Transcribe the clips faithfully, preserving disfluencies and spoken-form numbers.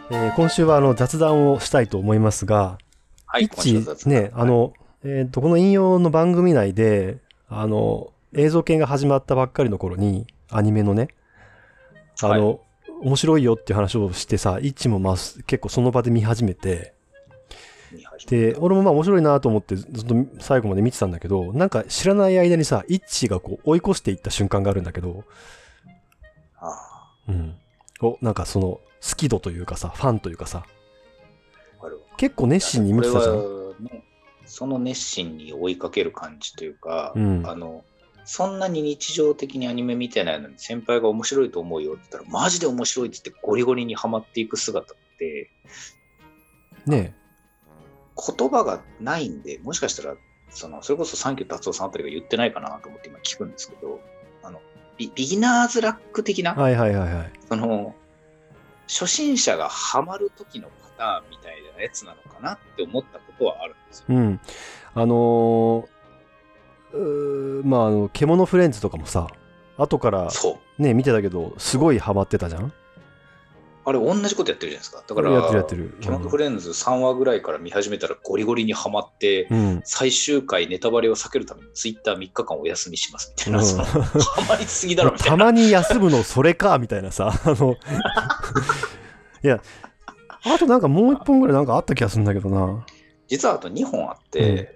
えー今週はあの雑談をしたいと思いますが、 はい、今週一の雑談。 ね、あの、えーと、この引用の番組内で、あの、映像系が始まったばっかりの頃に、アニメのね、あはい。はい。 の、面白いよっていう話をしてさ、一もまあ結構その場で見始めて、 見始めで、 た。 俺もまあ面白いなと思ってずっと最後まで見てたんだけど、なんか知らない間にさ、一がこう追い越していった瞬間があるんだけど、 ああ、 うん。お、なんかその好き度というかさ、ファンというかさ、 わかるわ。 結構熱心にこれ見てたじゃん。 は、ね、その熱心に追いかける感じというか、 うん。 あの、そんなに日常的にアニメ見てないのに先輩が面白いと思うよって言ったら、マジで面白いって言ってゴリゴリにはまっていく姿って、 ね言葉がないんで、もしかしたら、そのそれこそサンキュー達夫さんあたりが言ってないかなと思って今聞くんですけど、あのビビギナーズラック的え。 な、 はいはいはいはい。 その初心者がハマる時のパターンみたいなやつなのかなって思ったことはあるんですよ。 うん。あのー、うーまあ、あの、獣フレンズとかもさ、後からそう。 ね、見てたけど、すごいハマってたじゃん。 あれ同じことやってるじゃないですか。だかやってるやっら、 てる。 ケモントフレンズさんわぐらいから見始めたらゴリゴリにはまって、 うん。うん。 最終回ネタバレを避けるためにツイッターみっかかんお休みしますみたいな、その、 うん、 ハマりすぎだろみたいな。 たまに休むのそれか、みたいなさ。あの、いや、あとなんかもう一本ぐらいなんかあった気がするんだけどな。 実はあとにほんあって、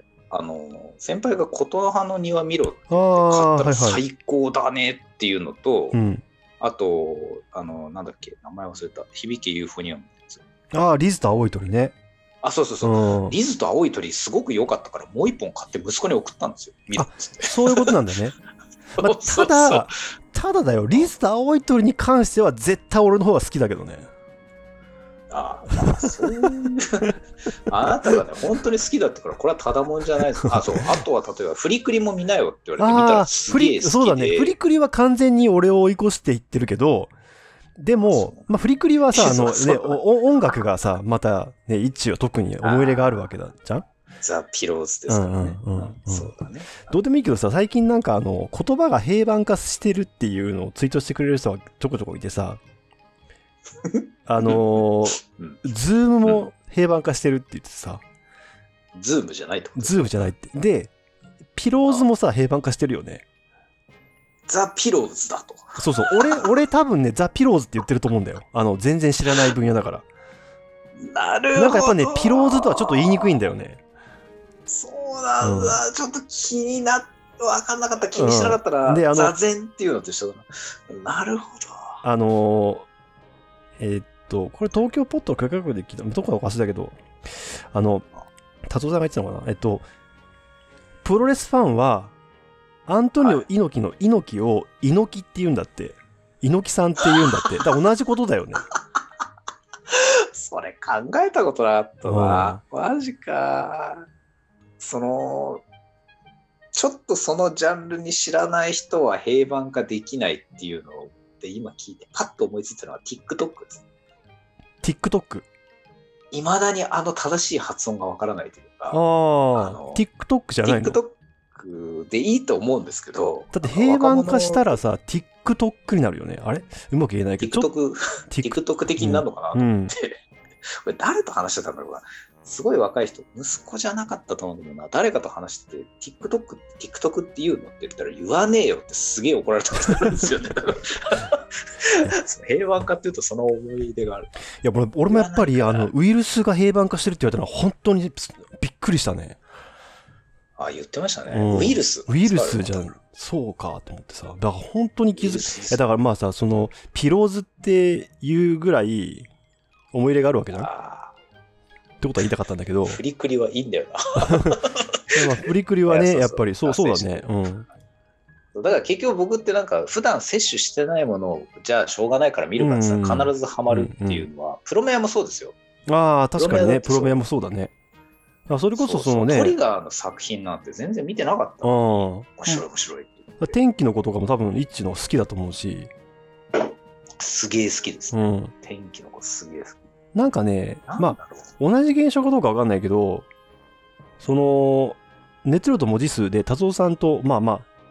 うん、あの、先輩が琴の葉の庭見ろって言って買ったら最高だねっていうのと、 うん。 あと、あの、なんだっけ、名前忘れた。響けユーフォニアムのやつ。 ああ、リズと青い鳥ね。 あ、そうそうそう。 うん。 リズと青い鳥すごく良かったから、もう一本買って息子に送ったんですよ。見ろっつって。 そういうことなんだね。まあ、 そうたそうそう。 だ、ただだよ、リズと青い鳥に関しては絶対俺の方が好きだけどね。 ああ、まあ、そういう。あなたがね、本当に好きだったから、これはただもんじゃないです。あ、そう。あとは、例えば、フリクリも見なよって言われて見たああ、 らすフリ、 げえ好きで。 そうだね。フリクリは完全に俺を追い越していってるけど、でも、まあ、フリクリはさ、あのね、お音楽がさ、また、ね、一致は特に思い入れがあるわけだじゃん。 ザ・ピローズですからね。 うんうんうんうん、 そうだね。 どうでもいいけどさ、最近なんかあの、言葉が平板化してるっていうのをツイートしてくれる人がちょこちょこいてさ、あのー、 うん、 ズームも平板化してるって言ってさ、 ズームじゃないってことですか？ ズームじゃないって。で、ピローズもさ、平板化してるよね。 ザ・ピローズだと。 そうそう。俺、俺多分ね、ザ・ピローズって言ってると思うんだよ。あの、全然知らない分野だから。 なるほど。 なんかやっぱね、ピローズとはちょっと言いにくいんだよね。 そうなんだ。うん、ちょっと気になって、分かんなかった、気にしなかったら、 うん、で、あの、 座禅っていうのと一緒だな。なるほど。 あのー、えー、っと、これ東京ポット価格で聞いた、どこかおかしいだけど、あの、達夫さんが言ってたのかな、えっと、プロレスファンは、アントニオ猪木の猪木を猪木って言うんだって。猪木さんって言うんだって。だから同じことだよね。 それ考えたことなかったな。マジか。その、ちょっとそのジャンルに知らない人は平板化できないっていうので今聞いてパッと思いついたのは TikTok です。 TikTok。 いまだにあの正しい発音がわからないというか。あああ、TikTok じゃないの？ TikTok でいいと思うんですけど。 だって平板化したらさ、TikTok になるよね。あれうまく言えないけど。 TikTok、TikTok 的になるのかなと思って。うんうん、これ誰と話してたんだろうな。すごい若い人、息子じゃなかったと思うんだけどな、誰かと話してて、TikTok って TikTok って言うのって言ったら言わねえよってすげえ怒られたことあるんですよね。平板化っていうとその思い出がある。 いや、俺もやっぱりあのウイルスが平板化してるって言われたのは本当にびっくりしたね。 あ、言ってましたね。うん、ウイルス。 ウイルスじゃん。そうかと思ってさ。だから本当に気づく。いやだからまあさ、そのピローズっていうぐらい思い入れがあるわけじゃん。ってことは言いたかったんだけど。 フリクリはいいんだよな。 まあフリクリはね、やっぱりそうそうだね。うん。 だから結局僕ってなんか普段摂取してないものをじゃあしょうがないから見るかって言ったら必ずハマるっていうのは、プロメアもそうですよ。 ああ、確かにね、プロメアもそうだね。それこそそのね、 トリガーの作品なんて全然見てなかった。面白い面白い。 天気の子とかも多分イッチの好きだと思うし。 すげえ好きです、ね。うん、天気の子すげえ好き。 なんかね、まあ、同じ現象かどうかわかんないけど、その、熱量と文字数で達夫さんと、まあまあ、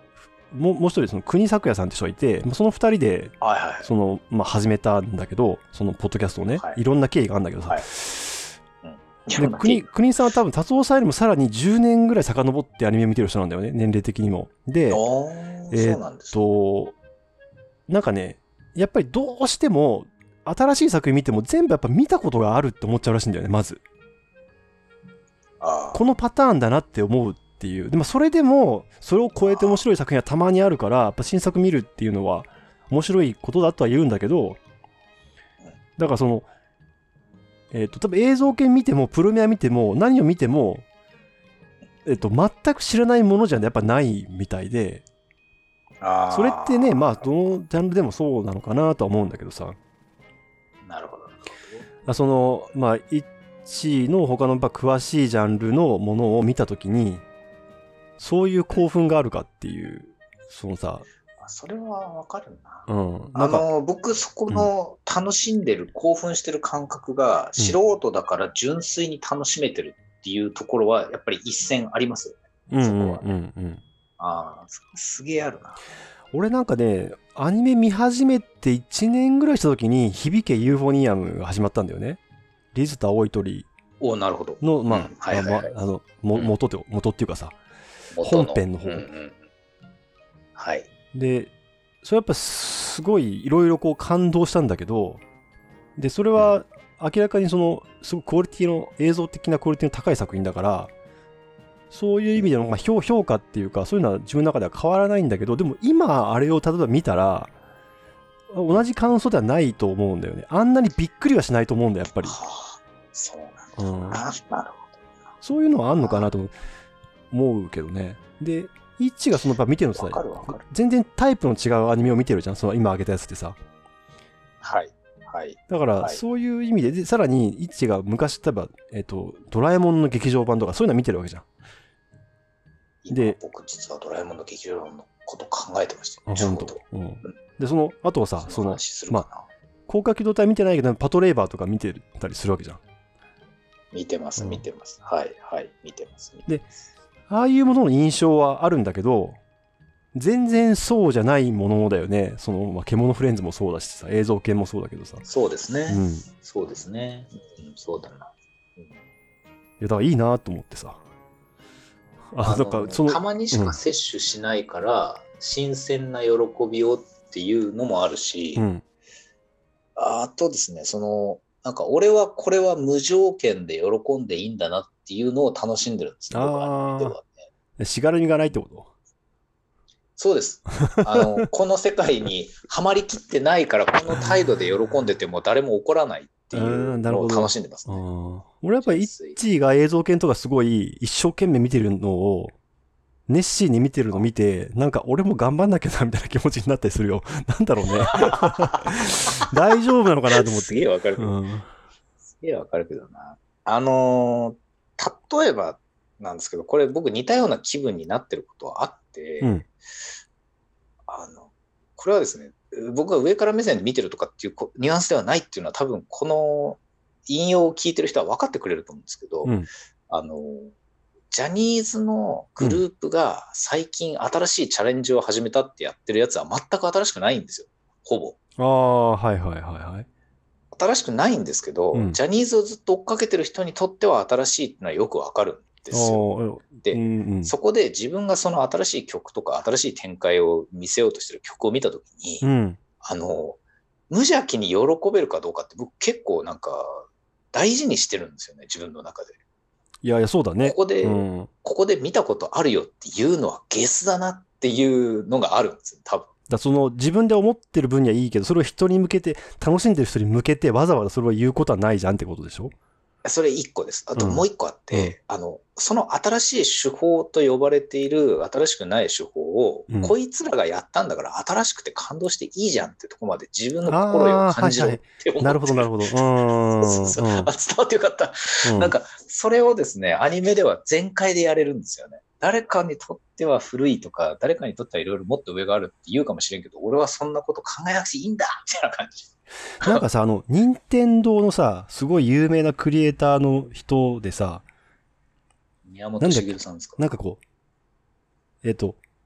もうもう一人その国咲夜さんって人がいて、その二人ではいはい。 その、まあ、始めたんだけど、そのポッドキャストをね、 はいいろんな経緯があるんだけどさ、 はいで国国さんは多分達夫さんよりもさらにじゅうねんぐらい遡ってアニメを見てる人なんだよね、年齢的にも。で、 おーえーっそうなんですね。 と、なんかね、やっぱりどうしても新しい作品見ても全部やっぱ見たことがあるって思っちゃうらしいんだよね、まず。 あこのパターンだなって思うっていう。でもそれでも、それを超えて面白い作品はたまにあるから、やっぱ新作見るっていうのは面白いことだとは言うんだけど、だからその、えっと、多分映像系見ても、プロミア見ても、何を見ても、えっと、全く知らないものじゃやっぱないみたいで、 あーそれってね、まあ、どのジャンルでもそうなのかなとは思うんだけどさ、 なるほど。 あその、まあ、いちいの他のやっぱ詳しいジャンルのものを見たときに、そういう興奮があるかっていう、そのさ、 あそれはわかるな。 うん、なあんか、 の、僕、そこの楽しんでる、興奮してる感覚が、素人だから純粋に楽しめてるっていうところは、やっぱり一線ありますよね。 うんうんそこはね。 うんうん。 ああ、すすげえあるな。 俺なんかね、アニメ見始めていちねんぐらいした時に、響けユーフォニアムが始まったんだよね。リズと青い鳥おなるほど。 の、まあ、 うんはいはいはいまああの、もうん元って、元っていうかさ、 元本編の方うんうんはい。 で、それやっぱすごいいろいろこう感動したんだけど、で、それは明らかにその、すごくクオリティの、映像的なクオリティの高い作品だから、そういう意味での、まあ、評評価っていうか、そういうのは自分の中では変わらないんだけど、でも今あれを例えば見たら、同じ感想ではないと思うんだよね。あんなにびっくりはしないと思うんだよ、やっぱり。 はあ、そううんなんだな。なるほそういうのはあんのかなと思うけどね。で、イッチがそのやっぱ見てるのど。わさかるわかる。 全然タイプの違うアニメを見てるじゃん、その今挙げたやつってさ。 はい。はい。 だから、 はいそういう意味で、でさらに、イッチが昔、例えば、えっ、と、ドラえもんの劇場版とか、そういうのは見てるわけじゃん。 今で僕実はドラえもんの劇場のこと考えてましたよ。 あ、 ちょうどほんと。うん。で、その、あとはさ、その、 話するかな、 ま高架機動隊見てないけど、パトレーバーとか見てたりするわけじゃん。 見てます、 うん見てます。はい、はい、見てます。見てで、ああいうものの印象はあるんだけど、全然そうじゃないものだよね。その、まあ、獣フレンズもそうだしさ、映像系もそうだけどさ。 そうですね。 うん。いそうですね。うん、そうだな。 や、だからいいなと思ってさ。あ、 あだから、その、 たまにしか摂取しないから、新鮮な喜びをっていうのもあるし、 うん。うんあとですね、その、なんか俺はこれは無条件で喜んでいいんだなっていうのを楽しんでるんですね、僕あーアニメではね。 しがらみがないってことそうです。あの、この世界にはまりきってないから、この態度で喜んでても誰も怒らないっていううんなるほどのを楽しんでますね。 あ俺やっぱりイッチーが映像系とかすごい一生懸命見てるのを熱心に見てるの見てなんか俺も頑張んなきゃなみたいな気持ちになったりするよ。なんだろうね。大丈夫なのかなと思って。 すげえわかるけど、 うんすげえわかるけどな。あのー、例えばなんですけど、これ僕似たような気分になってることはあって、 うんあの、これはですね、僕が上から目線で見てるとかっていうこニュアンスではないっていうのは多分この引用を聞いてる人は分かってくれると思うんですけど、 うんあの、ジャニーズのグループが最近新しいチャレンジを始めたってやってるやつは全く新しくないんですよ。ほぼ。 ああはいはいはいはい。 新しくないんですけど、 うんジャニーズをずっと追っかけてる人にとっては新しいっていうのはよくわかるんですよ。 あーで、 うんうんそこで自分がその新しい曲とか新しい展開を見せようとしてる曲を見たときに、 うんあの、無邪気に喜べるかどうかって僕結構なんか大事にしてるんですよね、自分の中で。 いやいやそうだね。 ここで、 うんここで見たことあるよっていうのはゲスだなっていうのがあるんですよ、多分。 だその自分で思ってる分にはいいけどそれを人に向けて楽しんでる人に向けてわざわざそれを言うことはないじゃんってことでしょ。 それ一個です。あとうんもう一個あって、あの、その新しい手法と呼ばれている新しくない手法を、 うんこいつらがやったんだから新しくて感動していいじゃんってとこまで自分の心を感じろって思ってなるほどなるほど。うーんそうそうそうあ伝わってよかった。 うんなんか、それをですね、アニメでは全開でやれるんですよね。誰かにとっては古いとか、誰かにとってはいろいろもっと上があるって言うかもしれんけど、俺はそんなこと考えなくていいんだみたいな感じ。 なんかさ、あの、任天堂のさ、すごい有名なクリエイターの人でさ、 宮本茂さんですか？ なんかこう、えっと、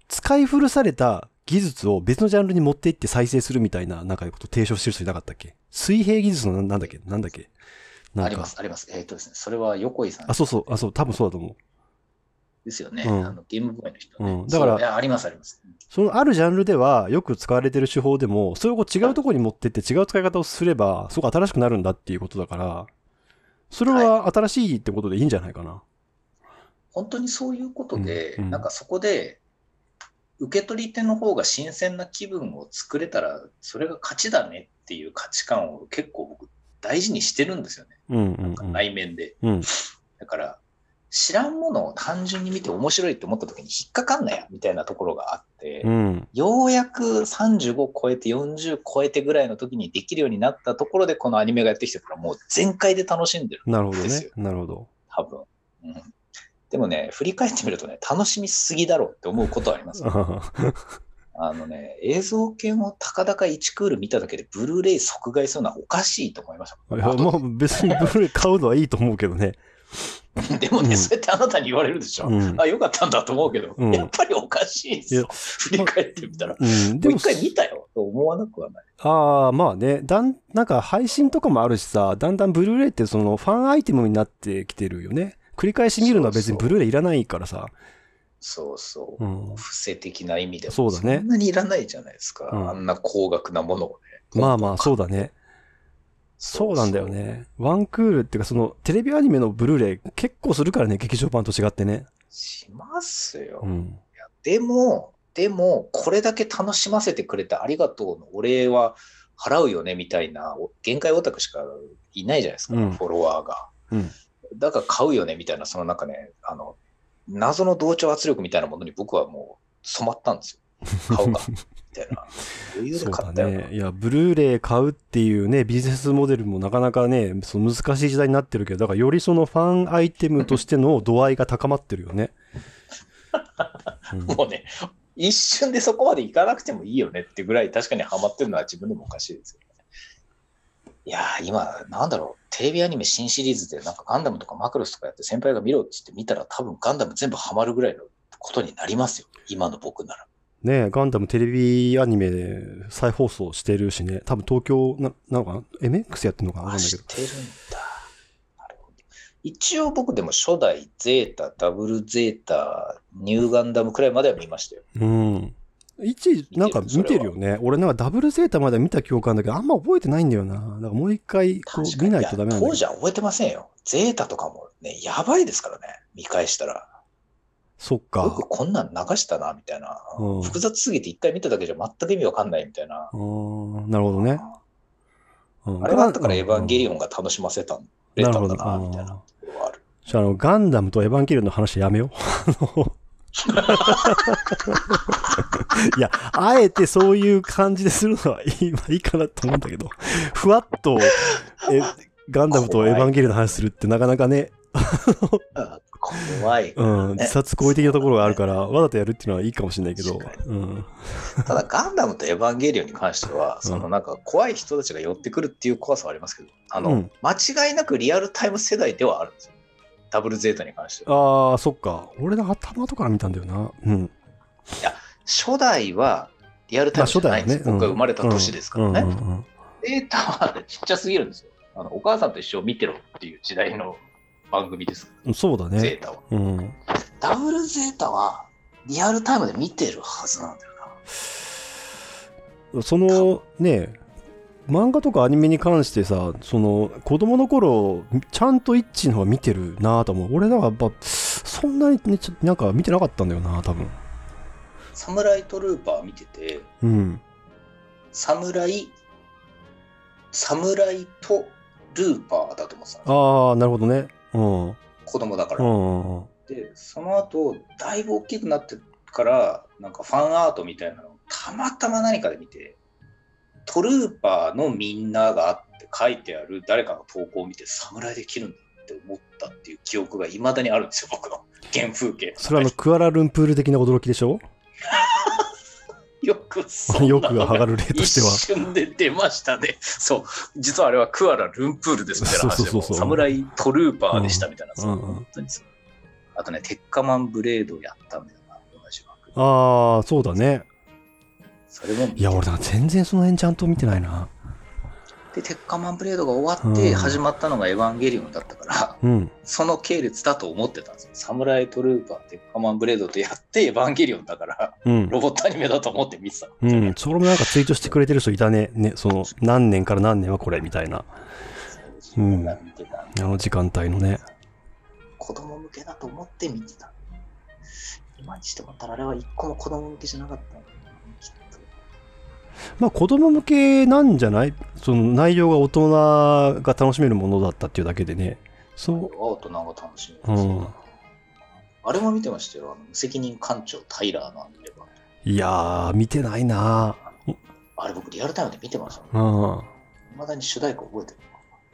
使い古された技術を別のジャンルに持っていって再生するみたいな、なんかことを提唱してる人いなかったっけ？水平技術のなんだっけなんだっけなんかあります、あります。えっ、ー、とですね、それは横井さん。 あ、そうそう、あ、そう、多分そうだと思う。 ですよね。 うん、 あのゲームボーイの人、ね。 うん。だから、 いや、あります、あります。 そのあるジャンルではよく使われてる手法でも、それをこう違うところに持ってって違う使い方をすれば、すごく新しくなるんだっていうことだから、それは新しいってことでいいんじゃないかな。はい、 本当にそういうことで、 うんうん、 なんかそこで、受け取り手の方が新鮮な気分を作れたら、それが勝ちだねっていう価値観を結構僕大事にしてるんですよね。 うんうんうん、 なんか内面で。 うん、 だから、知らんものを単純に見て面白いって思った時に引っかかんなやみたいなところがあって、 うん、 ようやくさんじゅうご超えてよんじゅう超えてぐらいの時にできるようになったところでこのアニメがやってきてるからもう全開で楽しんでるんですよ。 なるほどね。なるほど。 多分。うん、でもね、振り返ってみるとね、楽しみすぎだろうって思うことはあります、ね。あのね、映像系をたかだかいちクール見ただけでブルーレイ即買いするのはおかしいと思いました。 いや、まあ別にブルーレイ買うのはいいと思うけどね。 でもね、うん、そうやってあなたに言われるでしょ。うん、あ、よかったんだと思うけど、うん、やっぱりおかしいですよ。振り返ってみたら。まうん、でももう一回見たよと思わなくはない。 ああ、まあね。だん、なんか配信とかもあるしさ、だんだんブルーレイってそのファンアイテムになってきてるよね。繰り返し見るのは別にブルーレイいらないからさ。 そうそう。うん、伏せ的な意味でもそうだね。 そんなにいらないじゃないですか。うん、あんな高額なものをね。 まあまあ、そうだね。そうなんだよね。ワンクールっていうか、そのテレビアニメのブルーレイ結構するからね、劇場版と違ってね。 しますよ。 うん、 いやでも、でも、これだけ楽しませてくれてありがとうのお礼は払うよねみたいな、限界オタクしかいないじゃないですか、うん、フォロワーが。 うん、 だから買うよねみたいな、その中ね、あの、謎の同調圧力みたいなものに僕はもう染まったんですよ。買うか。みたいな。余裕で買ったよな。 そうだね。いや、ブルーレイ買うっていうね、ビジネスモデルもなかなかね、その難しい時代になってるけど、だからよりそのファンアイテムとしての度合いが高まってるよね。 うん、もうね、一瞬でそこまでいかなくてもいいよねってぐらい確かにハマってるのは自分でもおかしいですよね。いやー、今、なんだろう、テレビアニメ新シリーズでなんかガンダムとかマクロスとかやって先輩が見ろって言って見たら多分ガンダム全部ハマるぐらいのことになりますよ。今の僕なら。 ねえ、ガンダムテレビアニメで再放送してるしね。多分東京な、なのかな ?エムエックス やってるのかなわかんないけど。 してるんだ。なるほど。一応僕でも初代ゼータ、ダブルゼータ、ニューガンダムくらいまでは見ましたよ。 うん。一、なんか見てるよね。俺なんかダブルゼータまで見た記憶あるんだけど、あんま覚えてないんだよな。だからもう一回こう見ないとダメなんだけど。 当時は覚えてませんよ。ゼータとかもね、やばいですからね。見返したら。 そっか。 よくこんなん流したな、みたいな。うん、複雑すぎて一回見ただけじゃ全く意味わかんないみたいな。 うん、なるほどね。 うん、あれがあったからエヴァンゲリオンが楽しませたんだな、みたいなところはある。 じゃあ、あの、ガンダムとエヴァンゲリオンの話やめよう。いや、あえてそういう感じでするのはいい、まあ、いいかなと思うんだけど、ふわっとえガンダムとエヴァンゲリオンの話するってなかなかね、 怖い、ね、 うん、自殺行為的なところがあるから、わざとやるっていうのはいいかもしれないけど、うん、 ただガンダムとエヴァンゲリオンに関しては、そのなんか怖い人たちが寄ってくるっていう怖さはありますけど、あの、うん、間違いなくリアルタイム世代ではあるんですよ。ダブルゼータに関しては。ああ、そっか。俺の頭とから見たんだよな。うん。 いや、初代はリアルタイムじゃないんですよ。まあね、僕が生まれた年ですからね。ゼータはちっちゃすぎるんですよ。あのお母さんと一緒に見てろっていう時代の番組ですから。 そうだね。 ゼータは。 うん、 ダブルゼータはリアルタイムで見てるはずなんだよな。そのね、漫画とかアニメに関してさ、その子供の頃ちゃんとイッチの方が見てるなと思う。俺だからやっぱそんなに、ね、なんか見てなかったんだよな多分。 サムライトルーパー見てて、 うん、 サムライサムライトルーパーだと思ってたんですよ。ああ、なるほどね。うん、 子供だから。 うん、 でその後だいぶ大きくなってからなんかファンアートみたいなのをたまたま何かで見て。トルーパーのみんながあって書いてある誰かの投稿を見て侍できるんだって思ったっていう記憶がいまだにあるんですよ、僕の原風景。 それはあのクアラルンプール的な驚きでしょよくそんなのがよく上がる例としては一瞬で出ましたね。そう、実はあれはクアラルンプールですみたいな話でも侍トルーパーでしたみたいな、うんうんうん、本当にそう。あとね、鉄火マンブレードやったんだよな、同じ枠で。 ああ、そうだね。 それも見ていや、俺なんか全然その辺ちゃんと見てないな。 で、鉄火マンブレードが終わって始まったのがエヴァンゲリオンだったから、 うん。 その系列だと思ってたんですよ。サムライトルーパー、鉄火マンブレードとやってエヴァンゲリオンだから、 うん。 ロボットアニメだと思って見てた。 うん。それもなんかツイートしてくれてる人いたね。ね、その、何年から何年はこれみたいな。 そうそう見てたんであの時間帯のね。 子供向けだと思って見てた。今にしてもたらあれは一個も子供向けじゃなかったのきっと。 まあ子供向けなんじゃない？その内容が大人が楽しめるものだったっていうだけでね。そう。 大人が楽しめる、うん。あれも見てましたよ。あの無責任艦長タイラーのアニメ版。 いやー、見てないなー。 あれ僕リアルタイムで見てました、ね。 うん。 未だに主題歌覚えてる。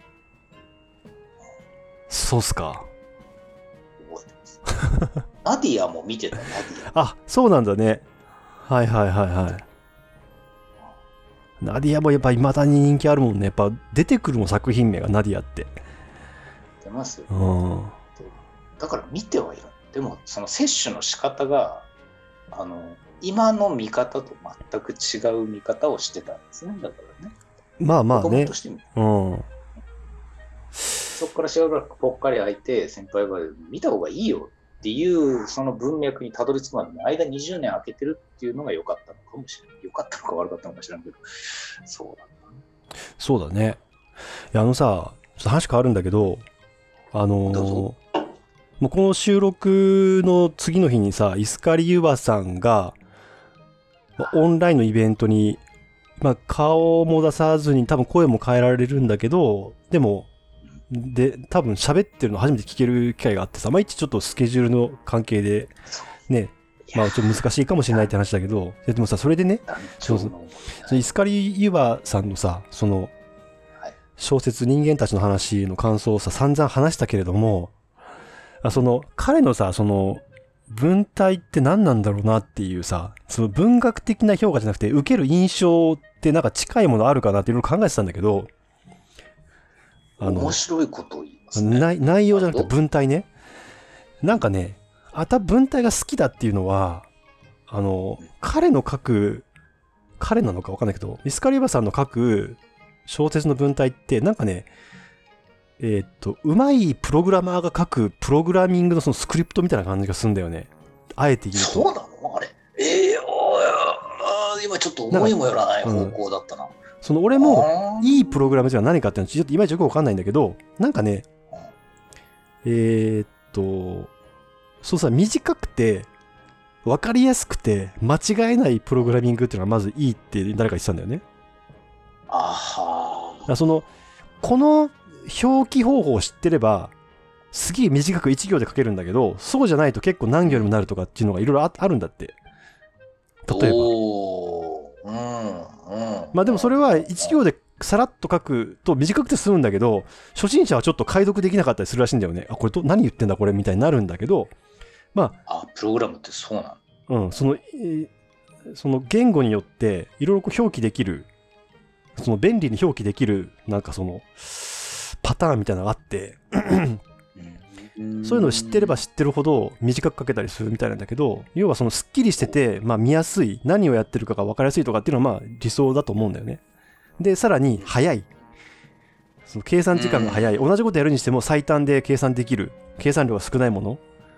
そうっすか。 覚えてます。ナディアも見てた、ナディア。 あ、そうなんだね。はいはいはいはい。ナディアもやっぱ未だに人気あるもんね。やっぱ出てくるもん、作品名がナディアって。 出ますよ、 ね。うん。 だから見てはいる。でもその摂取の仕方が、あの、今の見方と全く違う見方をしてたんですね。だからね。 まあまあね。うん。 そこからしばらくぽっかり空いて、先輩が見た方がいいよっていうその文脈にたどり着くまでに間にじゅうねん空けてるっていうのが良かったのかもしれない。良かったのか悪かったのか知らんけど、そうだな。 そうだね。いや、あのさ、ちょっと話変わるんだけど、あのー、もうこの収録の次の日にさ、イスカリユバさんが、オンラインのイベントに、まあ、顔も出さずに多分声も変えられるんだけど、でも、で、多分喋ってるの初めて聞ける機会があってさ、まあ一ちょっとスケジュールの関係で、ね、まあちょっと難しいかもしれないって話だけど、でもさ、それでね、そうそうそのイスカリユバさんのさ、その、小説人間たちの話の感想をさ、散々話したけれども、その、彼のさ、その、文体って何なんだろうなっていうさ、その文学的な評価じゃなくて、受ける印象ってなんか近いものあるかなっていろいろ考えてたんだけど、 あの面白いことを言いますね。 内、内容じゃなくて文体ね。なんかね、あた文体が好きだっていうのは、あの、彼の書く、彼なのかわかんないけど、イスカリバさんの書く小説の文体って、なんかね、えー、っと、うまいプログラマーが書くプログラミングのそのスクリプトみたいな感じがするんだよね。あえて言うと。 そうなのあれ。ええー、あ今ちょっと思いもよらない方向だったな。 その俺もいいプログラムじゃ何かっていうのはちょっといまいちよくわかんないんだけど、なんかね、えー、っと、そうさ、短くて、わかりやすくて、間違えないプログラミングっていうのがまずいいって誰か言ってたんだよね。 あはその、この表記方法を知ってれば、すげえ短くいち行で書けるんだけど、そうじゃないと結構何行にもなるとかっていうのがいろいろあるんだって。例えば。 おー、うんうん、 まあでもそれはいち行でさらっと書くと短くて済むんだけど、初心者はちょっと解読できなかったりするらしいんだよね。あ、これと何言ってんだこれみたいになるんだけど、まあ、あ、プログラムってそうなのうん、その、えー、その言語によっていろいろ表記できる、その便利に表記できるなんかそのパターンみたいなのがあってそういうのを知ってれば知ってるほど短く書けたりするみたいなんだけど、要はそのスッキリしてて、まあ、見やすい、何をやってるかが分かりやすいとかっていうのはまあ理想だと思うんだよね。でさらに早い、その計算時間が早い、同じことやるにしても最短で計算できる、計算量が少ないもの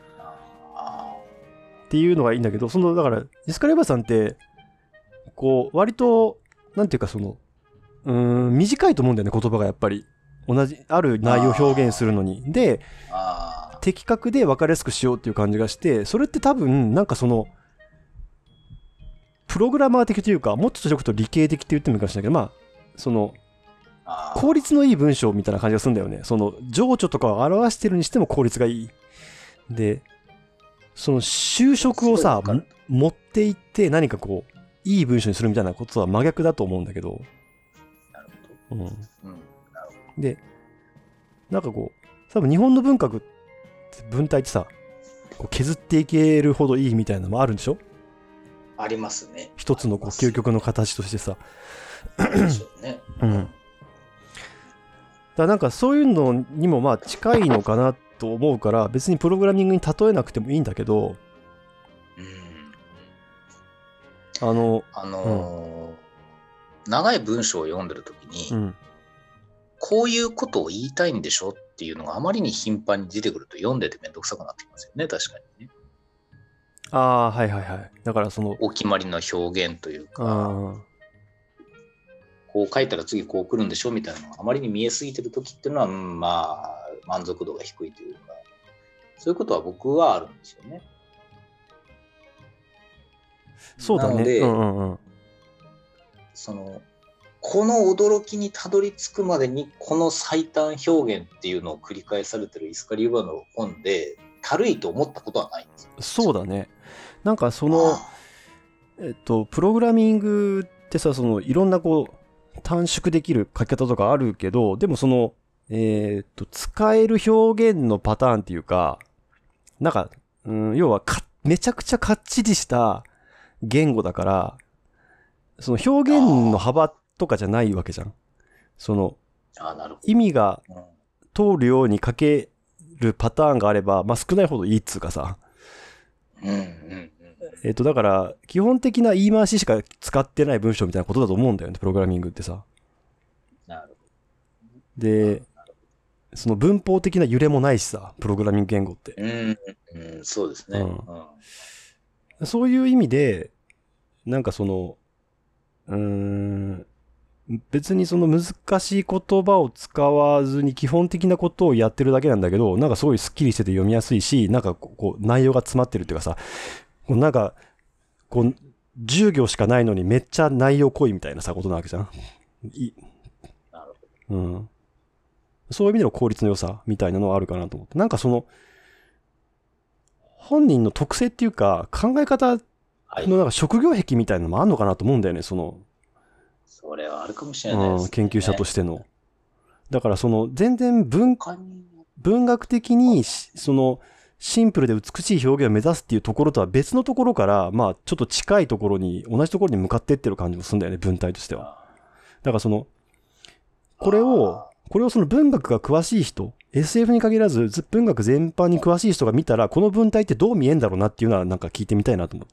っていうのがいいんだけど、そのだからイスカリバさんってこう割となんていうかそのうーん短いと思うんだよね、言葉がやっぱり同じある内容を表現するのに。で的確で分かりやすくしようっていう感じがして、それって多分なんかそのプログラマー的というか、もっとちょっと理系的って言ってもいいかもしれないけど、まあその効率のいい文章みたいな感じがするんだよね。その情緒とかを表してるにしても効率がいいで、その修飾をさ持っていって何かこういい文章にするみたいなことは真逆だと思うんだけど、 なるほど、うんうん、 でなんかこう多分日本の文学文体ってさこう削っていけるほどいいみたいなのもあるんでしょ。 ありますね。 一つのこう究極の形としてさ。 でしょうね。 うん。だからなんかそういうのにもまあ近いのかなと思うから、別にプログラミングに例えなくてもいいんだけど、 うん、 あの、 あのー、長い文章を読んでるときに、 うん、 こういうことを言いたいんでしょっていうのがあまりに頻繁に出てくると読んでてめんどくさくなってきますよね、確かにね。 ああ、はいはいはい。だからその、 お決まりの表現というか、 あこう書いたら次こう来るんでしょみたいなのがあまりに見えすぎてるときっていうのは、うん、まあ、満足度が低いというか、そういうことは僕はあるんですよね。 そうだね。 なので、 うんうんうん、 その、この驚きにたどり着くまでにこの最短表現っていうのを繰り返されてるイスカリ・ユバの本で軽いと思ったことはないんですよ。 そうだね。なんかその、えっと、プログラミングってさ、そのいろんなこう短縮できる書き方とかあるけど、でもその、えーっと、使える表現のパターンっていうか、なんか、うん、要はか、めちゃくちゃかっちりした言語だから、その表現の幅とかじゃないわけじゃん。その、 あ、なるほど。 意味がうん、 通るように書けるパターンがあれば、まあ、少ないほどいいっつうかさ。 うんうんうん。 えっと、だから、基本的な言い回ししか使ってない文章みたいなことだと思うんだよね、プログラミングってさ。 なるほど。 で、その文法的な揺れもないしさ、プログラミング言語って。 うん、うん、そうですね。 ううんん、そういう意味で、なんかその、うーん、別にその難しい言葉を使わずに基本的なことをやってるだけなんだけど、なんかすごいスッキリしてて読みやすいし、なんかこう内容が詰まってるっていうかさ、こうなんか、こう、じゅう行しかないのにめっちゃ内容濃いみたいなさ、ことなわけじゃん。いなるほど。 うん。そういう意味での効率の良さみたいなのはあるかなと思って。なんかその、本人の特性っていうか、考え方のなんか職業癖みたいなのもあるのかなと思うんだよね、その、 それはあるかもしれないですね。 うん、研究者としての。だからその、全然文、 他に文学的に、その、シンプルで美しい表現を目指すっていうところとは別のところから、まあ、ちょっと近いところに、同じところに向かってってる感じもするんだよね、文体としては。だからその、これを、これをその文学が詳しい人、エスエフ に限らず、文学全般に詳しい人が見たら、この文体ってどう見えんだろうなっていうのは、なんか聞いてみたいなと思って。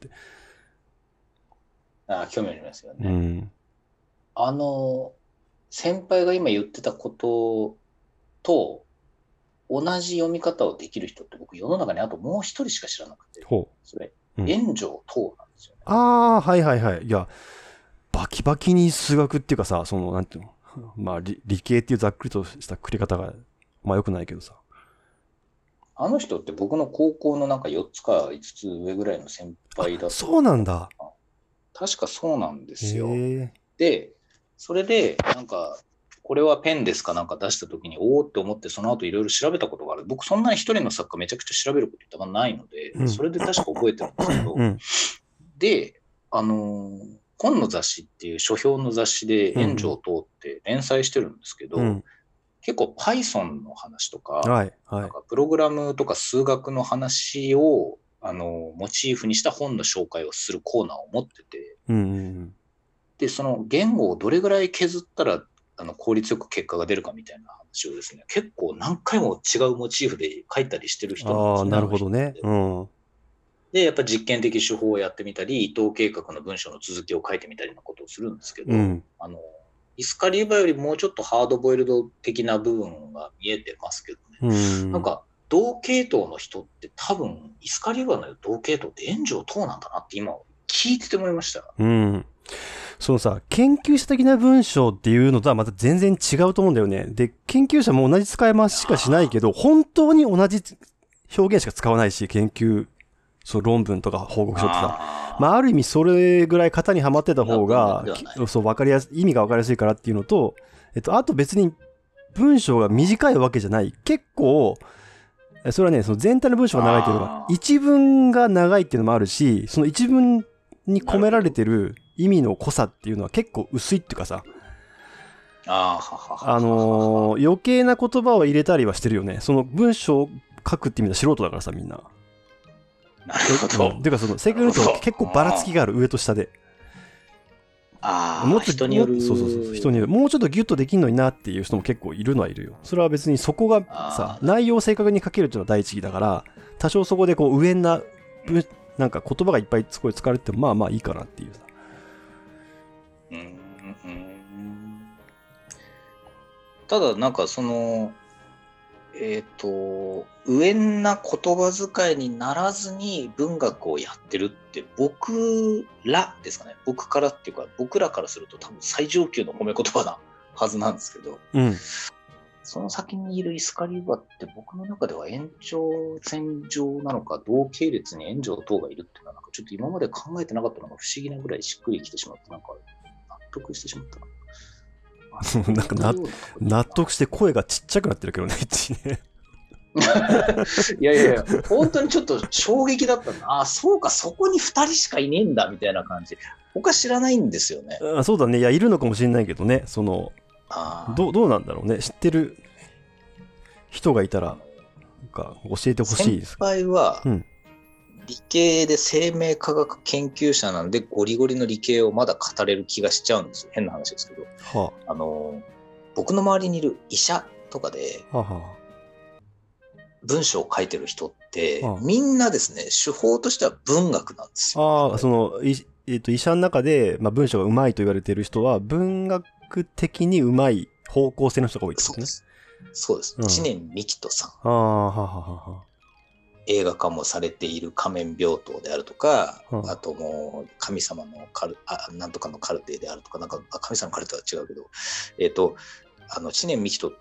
ああ、興味ありますよね。 うん。 あの、先輩が今言ってたことと同じ読み方をできる人って僕世の中にあともう一人しか知らなくて、 ほう。 それ、 うん、 炎上等なんですよね。 ああ、はいはいはい。いや、バキバキに数学っていうかさ、その、なんていうの、まあ理、理系っていうざっくりとしたくり方が、まあ良くないけどさ。 あの人って僕の高校のなんかよっつかいつつ上ぐらいの先輩だと。 そうなんだ。 確かそうなんですよ。 へえ。 で、それで、なんか、これはペンですかなんか出したときに、おおって思って、その後いろいろ調べたことがある。僕、そんなに一人の作家めちゃくちゃ調べることってないので、 うん、 それで確か覚えてるんですけど、 うん、 で、あのー、本の雑誌っていう書評の雑誌で炎上等って連載してるんですけど、 うん、 結構 Python の話とか、 はいはい、 なんかプログラムとか数学の話を、あの、モチーフにした本の紹介をするコーナーを持ってて、 うんうん、 で、その言語をどれぐらい削ったらあの効率よく結果が出るかみたいな話をですね、結構何回も違うモチーフで書いたりしてる人なんですね。 ああ、なるほどね。うん。 で、やっぱ実験的手法をやってみたり、伊藤計画の文章の続きを書いてみたりのことをするんですけど、うん、あの、イスカリーバよりもうちょっとハードボイルド的な部分が見えてますけどね。うん、なんか、同系統の人って多分、イスカリーバの同系統って炎上等なんだなって今聞いてて思いました。 うん。そのさ、研究者的な文章っていうのとはまた全然違うと思うんだよね。で、研究者も同じ使い回ししかしないけど、本当に同じ表現しか使わないし、研究、そう論文とか報告書ってさ、あまあある意味それぐらい型にはまってた方が、そう分かりやすい、意味が分かりやすいからっていうのと、えっと、あと別に文章が短いわけじゃない。結構、それはね、その全体の文章が長いっていうのが、一文が長いっていうのもあるし、その一文に込められてる意味の濃さっていうのは結構薄いっていうかさ、 ああのー、余計な言葉を入れたりはしてるよね。その文章を書くって意味では素人だからさ、みんな。 なるほど。 うん、ていうかその正確に言うと結構ばらつきがある、上と下で。 ああ、 もうちょっと人による。 そうそうそう、人による。もうちょっとギュッとできんのになっていう人も結構いるのはいるよ。それは別にそこがさ、内容を正確に書けるっていうのは第一義だから、多少そこでこう上な、なんか言葉がいっぱいすごい使われてもまあまあいいかなっていうさ。 うんうんただなんかそのえっ、と上な言葉遣いにならずに文学をやってるって僕らですかね僕からっていうか僕らからすると多分最上級の褒め言葉なはずなんですけど、 うん。 その先にいるイスカリウバって僕の中では延長線上なのか同系列に炎上等がいるっていうのはなんかちょっと今まで考えてなかったのが不思議なぐらいしっくりきてしまってなんか納得してしまったな。 なんかな納得して声がちっちゃくなってるけどね、一ね。 いやいやいや、本当にちょっと衝撃だったんだ。ああ、そうか、そこにふたりしかいねえんだみたいな感じ。他知らないんですよね。 あ、そうだね。いや、いるのかもしれないけどね。その、 あどう、どうなんだろうね。知ってる人がいたら、なんか教えてほしいです。 先輩は、 うん理系で生命科学研究者なんで、ゴリゴリの理系をまだ語れる気がしちゃうんですよ。変な話ですけど。 はあの、僕の周りにいる医者とかで、 あ、はあ、は文章を書いてる人って、 はあみんなですね、手法としては文学なんですよ。 ああ、その、いえっと、医者の中で、まあ、文章が上手いと言われている人は、文学的に上手い方向性の人が多いってことね。 そうです。そうです。 うん知念幹人さん。 ああ、はあ、はあ、は映画化もされている仮面病棟であるとか、 うんあともう神様のカルあなんとかのカルテであるとか、なんかあ神様のカルテは違うけど、えっ、と、あの知念幹人って、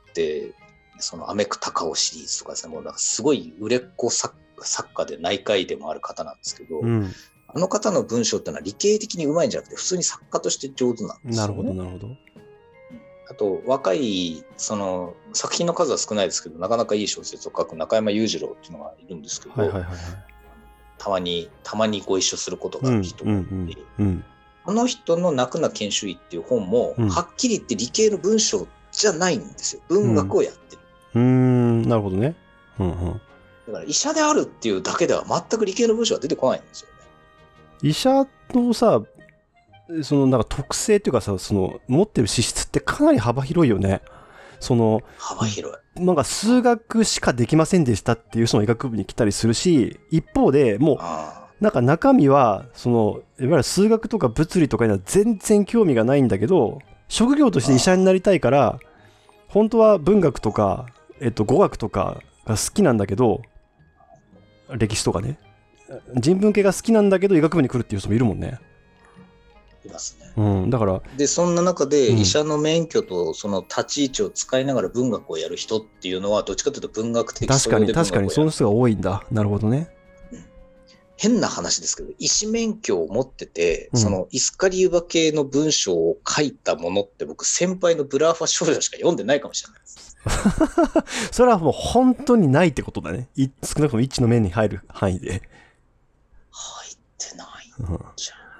そのアメクタカオシリーズとかですね、もうなんかすごい売れっ子作作家で内科医でもある方なんですけど、 あ。うん。 あの方の文章ってのは理系的にうまいんじゃなくて、普通に作家として上手なんですよ、ね。 なるほど、なるほど。 あと、若い、その、作品の数は少ないですけど、なかなかいい小説を書く中山裕次郎っていうのがいるんですけど、 はいはいはいはい。 たまに、たまにご一緒することがある人がいて、 うんうんうんうん。 この人の泣くな研修医っていう本も、 うんはっきり言って理系の文章じゃないんですよ。文学をやってる。 うーん、なるほどね。うんうん。 だから医者であるっていうだけでは全く理系の文章が出てこないんですよね。 医者のさ、そのなんか特性っていうかさ、その持ってる資質ってかなり幅広いよね。その、 幅広い。 なんか数学しかできませんでしたっていう人も医学部に来たりするし、一方でもう、 あなんか中身は、その、いわゆる数学とか物理とかには全然興味がないんだけど、職業として医者になりたいから、本当は文学とか、えっと、語学とかが好きなんだけど、歴史とかね。人文系が好きなんだけど医学部に来るっていう人もいるもんね。 いますね。 うん、だから、 で、そんな中でうん医者の免許とその立ち位置を使いながら文学をやる人っていうのは、どっちかというと文学的確かに素養で文学をやる確かにその人が多いんだ。なるほどね。 変な話ですけど、医師免許を持ってて、 うんそのイスカリウバ系の文章を書いたものって僕、先輩のブラーファ少女しか読んでないかもしれないです。 それはもう本当にないってことだね。い少なくとも一致の面に入る範囲で。 入ってないうんんじゃん。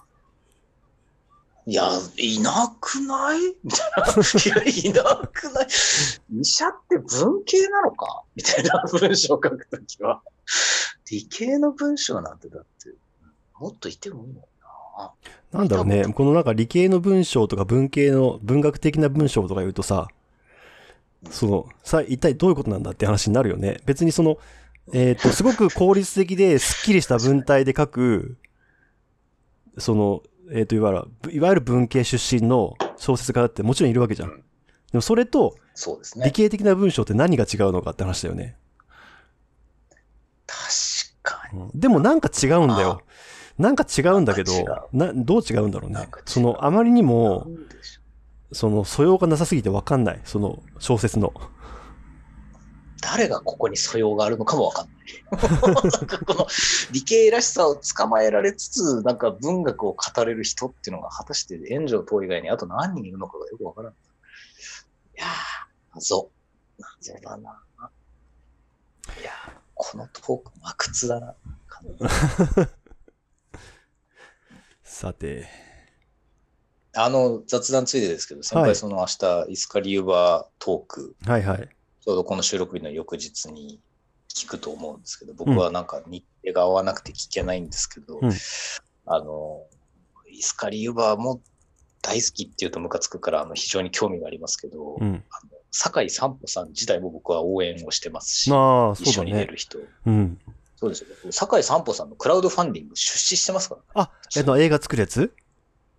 いや、いなくないみたいな。いや、いなくない医者って文系なのかみたいな文章を書くときは。理系の文章なんてだって、もっといてもいいのな。 なんだろうね。このなんか理系の文章とか文系の文学的な文章とか言うとさ、その、さ、一体どういうことなんだって話になるよね。別にその、えっと、すごく効率的でスッキリした文体で書く、その、えっと、いわゆる、いわゆる文系出身の小説家ってもちろんいるわけじゃん。でもそれと理そうですね。 系的な文章って何が違うのかって話だよね。 確かに。 うんでもなんか違うんだよ。なんか違うんだけどなんか、 な、どう違うんだろうねなんか違。うその、あまりになも、 んでしょうその、素養がなさすぎてわかんない。その、小説の。 誰がここに素養があるのかもわかんない。なんかこの理系らしさを捕まえられつつ、なんか文学を語れる人っていうのが果たして炎上等以外にあと何人いるのかがよくわからない。いやー、謎。謎だな。いやー、このトーク、真屈だな。 さて。 あの、雑談ついでですけど、先はい輩その明日、イスカリウバトーク、 はいはい。 ちょうどこの収録日の翌日に聞くと思うんですけど、僕はなんか日程が合わなくて聞けないんですけど、 うんあの、イスカリユバも大好きっていうとムカつくから、あの、非常に興味がありますけど、 うん。 あの酒井散歩さん自体も僕は応援をしてますし、 ああ、 一緒そうだね。 に出る人。 うん。 そうですよね。酒井散歩さんのクラウドファンディング出資してますからね。 あ、えっと、映画作るやつ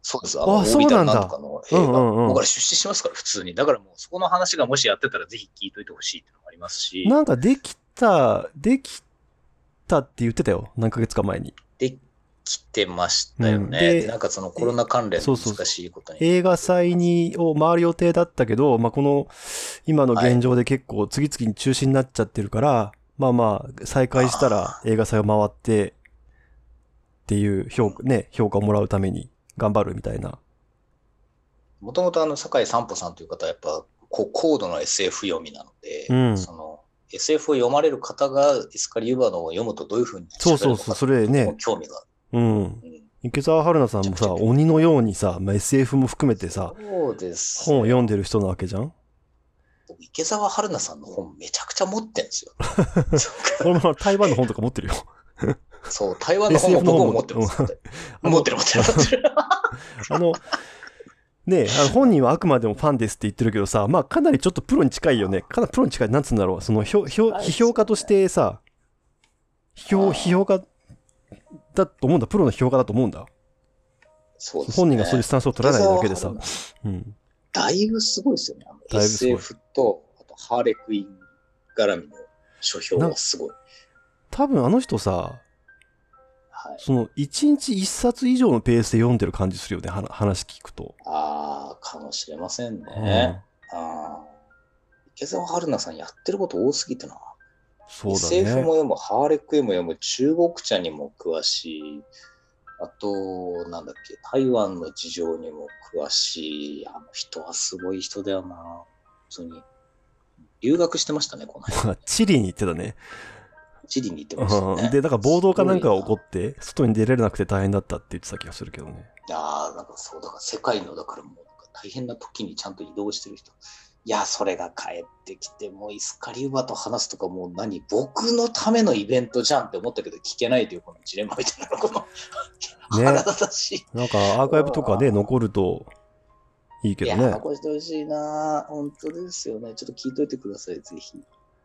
そうです。あの、 あ、 大そうなんだ。 分なんとかの映画、 うんうんうん僕ら出資しますから、普通に。だからもう、そこの話がもしやってたら、ぜひ聞いといてほしいっていうのもありますし、 なんかできた、できたって言ってたよ。何ヶ月か前に。 できてましたよね。 うんでで、なんかそのコロナ関連のそうそうそう難しいことに。 映画祭に、を回る予定だったけど、まあ、この、今の現状で結構次々に中止になっちゃってるから、まあまあ、再開したら映画祭を回って、っていう評価、ね、評価をもらうために頑張るみたいな。 もともとあの、坂井散歩さんという方はやっぱ、こう、高度の エスエフ 読みなので、 うんその、エスエフ を読まれる方がエスカリバーノを読むとどういうふうにそうそうそう、それね、 興味があうん。 る。うん池澤春菜さんもさ、鬼のようにさ、まあ、エスエフ も含めてさ、 そうです。 本を読んでる人なわけじゃん。 僕池澤春菜さんの本めちゃくちゃ持ってんですよ。 俺も台湾の本とか持ってるよ。 そう、台湾の本も僕も持ってます。 うん持ってる持ってる持ってる。 あの、ねえ、あの本人はあくまでもファンですって言ってるけどさ、まあかなりちょっとプロに近いよね。かなりプロに近い、なんつうんだろう。その、ひょひょ批評家としてさ、批評、批評家だと思うんだ。プロの批評家だと思うんだ。 そうですね。 本人がそういうスタンスを取らないだけでさ。うん。 だいぶすごいですよね。あのだいぶすごいエスエフ と、あとハーレクイーン絡みの書評はすごい。 多分あの人さ、 はい、 その一日一冊以上のペースで読んでる感じするよね。は話聞くと。 ああ、かもしれませんね。うん、あ池澤春菜さんやってること多すぎてな。 そうだね。 エスエフ も読む、ハーレクイーンも読む、中国茶にも詳しい。あと、なんだっけ、台湾の事情にも詳しい。あの人はすごい人だよな。本当に。留学してましたね、この間。 チリに行ってたね。 チリに行ってましたね。 うん、で、だから暴動かなんかが起こって、外に出れなくて大変だったって言ってた気がするけどね。 いやー、なんかそう、だから世界の、だからもうなんか大変な時にちゃんと移動してる人。いや、それが帰ってきて、もうイスカリウバと話すとか、もう何、僕のためのイベントじゃんって思ったけど、聞けないというこのジレンマみたいなの、この、 ね、 腹立たしい。 なんかアーカイブとかね、残るといいけどね。 いや、残してほしいな。本当ですよね。ちょっと聞いといてください、ぜひ。うん、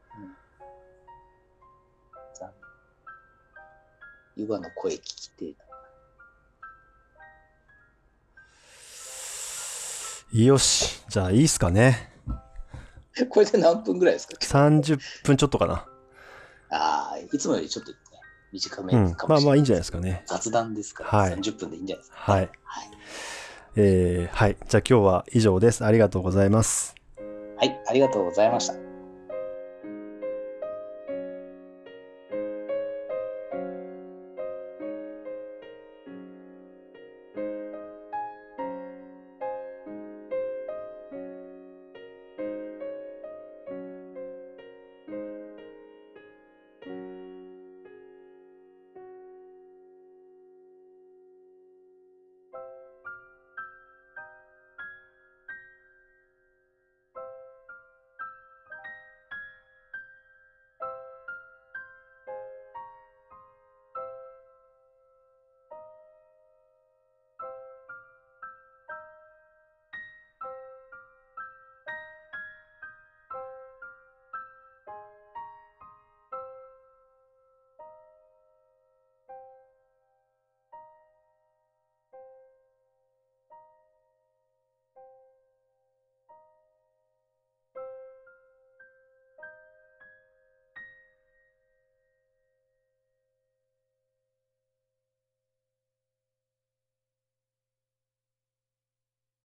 ユバの声聞きてえな。 よし。じゃあいいっすかね。 これで何分ぐらいですか？ さんじゅっぷんちょっとかな。 ああ、いつもよりちょっとね、短めうん、 かもしれない、 まあまあいいんじゃないですかね。 雑談ですから、 はい、 さんじゅっぷんでいいんじゃないですか、ね。 はい。はい。えー、はい。じゃあ今日は以上です。ありがとうございます。 はい、ありがとうございました。